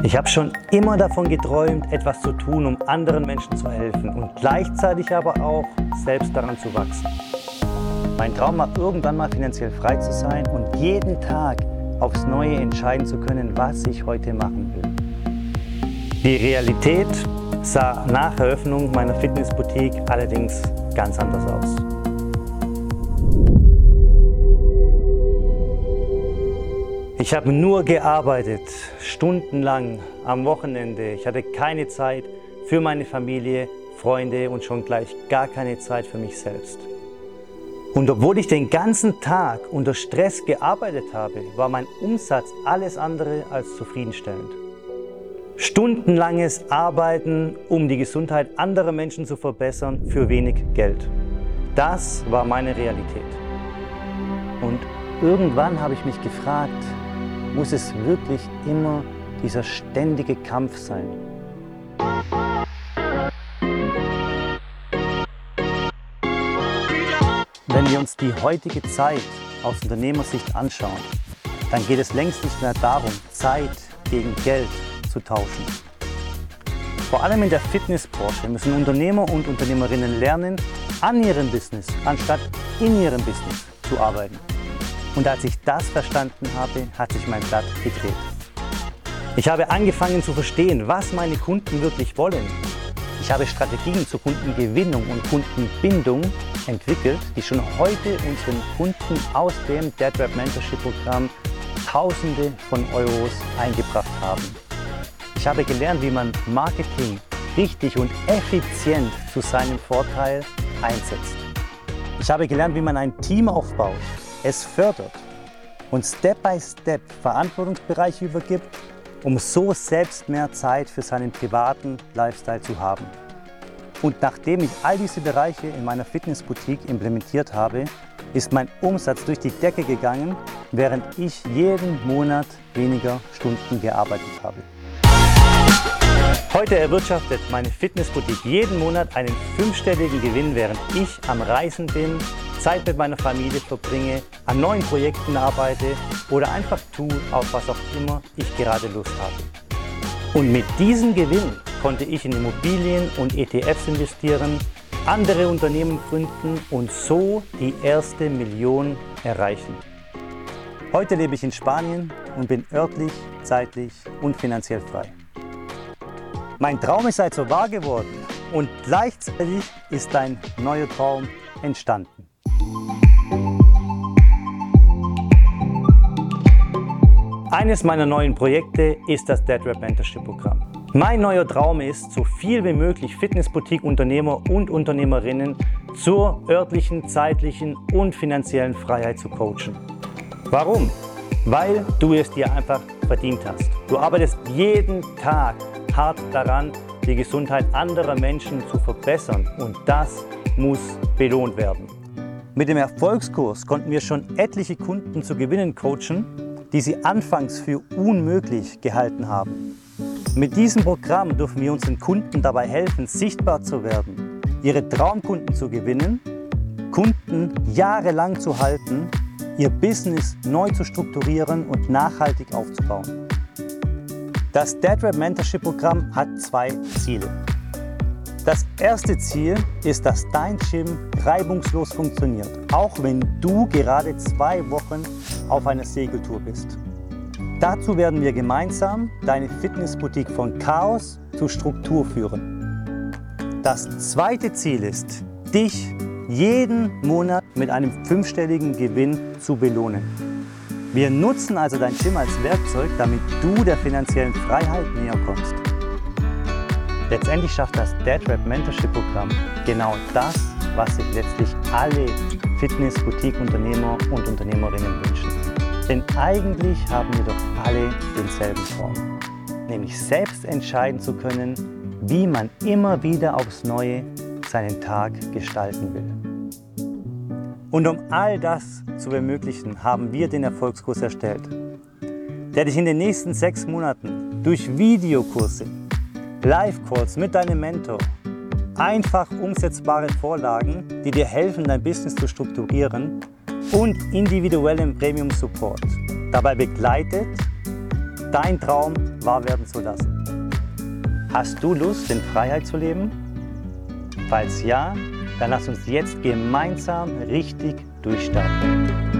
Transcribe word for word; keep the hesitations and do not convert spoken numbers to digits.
Ich habe schon immer davon geträumt, etwas zu tun, um anderen Menschen zu helfen und gleichzeitig aber auch selbst daran zu wachsen. Mein Traum war, irgendwann mal finanziell frei zu sein und jeden Tag aufs Neue entscheiden zu können, was ich heute machen will. Die Realität sah nach Eröffnung meiner Fitnessboutique allerdings ganz anders aus. Ich habe nur gearbeitet, stundenlang am Wochenende. Ich hatte keine Zeit für meine Familie, Freunde und schon gleich gar keine Zeit für mich selbst. Und obwohl ich den ganzen Tag unter Stress gearbeitet habe, war mein Umsatz alles andere als zufriedenstellend. Stundenlanges Arbeiten, um die Gesundheit anderer Menschen zu verbessern, für wenig Geld. Das war meine Realität. Und irgendwann habe ich mich gefragt, muss es wirklich immer dieser ständige Kampf sein? Wenn wir uns die heutige Zeit aus Unternehmersicht anschauen, dann geht es längst nicht mehr darum, Zeit gegen Geld zu tauschen. Vor allem in der Fitnessbranche müssen Unternehmer und Unternehmerinnen lernen, an ihrem Business anstatt in ihrem Business zu arbeiten. Und als ich das verstanden habe, hat sich mein Blatt gedreht. Ich habe angefangen zu verstehen, was meine Kunden wirklich wollen. Ich habe Strategien zur Kundengewinnung und Kundenbindung entwickelt, die schon heute unseren Kunden aus dem DeadRap Mentorship Programm Tausende von Euros eingebracht haben. Ich habe gelernt, wie man Marketing richtig und effizient zu seinem Vorteil einsetzt. Ich habe gelernt, wie man ein Team aufbaut, es fördert und Step by Step Verantwortungsbereiche übergibt, um so selbst mehr Zeit für seinen privaten Lifestyle zu haben. Und nachdem ich all diese Bereiche in meiner Fitnessboutique implementiert habe, ist mein Umsatz durch die Decke gegangen, während ich jeden Monat weniger Stunden gearbeitet habe. Heute erwirtschaftet meine Fitnessboutique jeden Monat einen fünfstelligen Gewinn, während ich am Reisen bin, Zeit mit meiner Familie verbringe, an neuen Projekten arbeite oder einfach tue, auf was auch immer ich gerade Lust habe. Und mit diesem Gewinn konnte ich in Immobilien und E T Fs investieren, andere Unternehmen gründen und so die erste Million erreichen. Heute lebe ich in Spanien und bin örtlich, zeitlich und finanziell frei. Mein Traum ist also wahr geworden und gleichzeitig ist ein neuer Traum entstanden. Eines meiner neuen Projekte ist das DeadRap Mentorship Programm. Mein neuer Traum ist, so viel wie möglich Fitnessboutique-Unternehmer und Unternehmerinnen zur örtlichen, zeitlichen und finanziellen Freiheit zu coachen. Warum? Weil du es dir einfach verdient hast. Du arbeitest jeden Tag hart daran, die Gesundheit anderer Menschen zu verbessern und das muss belohnt werden. Mit dem Erfolgskurs konnten wir schon etliche Kunden zu Gewinnen coachen, die sie anfangs für unmöglich gehalten haben. Mit diesem Programm dürfen wir unseren Kunden dabei helfen, sichtbar zu werden, ihre Traumkunden zu gewinnen, Kunden jahrelang zu halten, ihr Business neu zu strukturieren und nachhaltig aufzubauen. Das DeadRap Mentorship Programm hat zwei Ziele. Das erste Ziel ist, dass dein Gym reibungslos funktioniert, auch wenn du gerade zwei Wochen auf einer Segeltour bist. Dazu werden wir gemeinsam deine Fitnessboutique von Chaos zu Struktur führen. Das zweite Ziel ist, dich jeden Monat mit einem fünfstelligen Gewinn zu belohnen. Wir nutzen also dein Gym als Werkzeug, damit du der finanziellen Freiheit näher kommst. Letztendlich schafft das DeadRap Mentorship Programm genau das, was sich letztlich alle Fitness-Boutique-Unternehmer und Unternehmerinnen wünschen. Denn eigentlich haben wir doch alle denselben Traum, nämlich selbst entscheiden zu können, wie man immer wieder aufs Neue seinen Tag gestalten will. Und um all das zu ermöglichen, haben wir den Erfolgskurs erstellt, der dich in den nächsten sechs Monaten durch Videokurse, Live-Calls mit deinem Mentor, einfach umsetzbare Vorlagen, die dir helfen, dein Business zu strukturieren und individuellem Premium-Support dabei begleitet, dein Traum wahr werden zu lassen. Hast du Lust, in Freiheit zu leben? Falls ja, dann lass uns jetzt gemeinsam richtig durchstarten.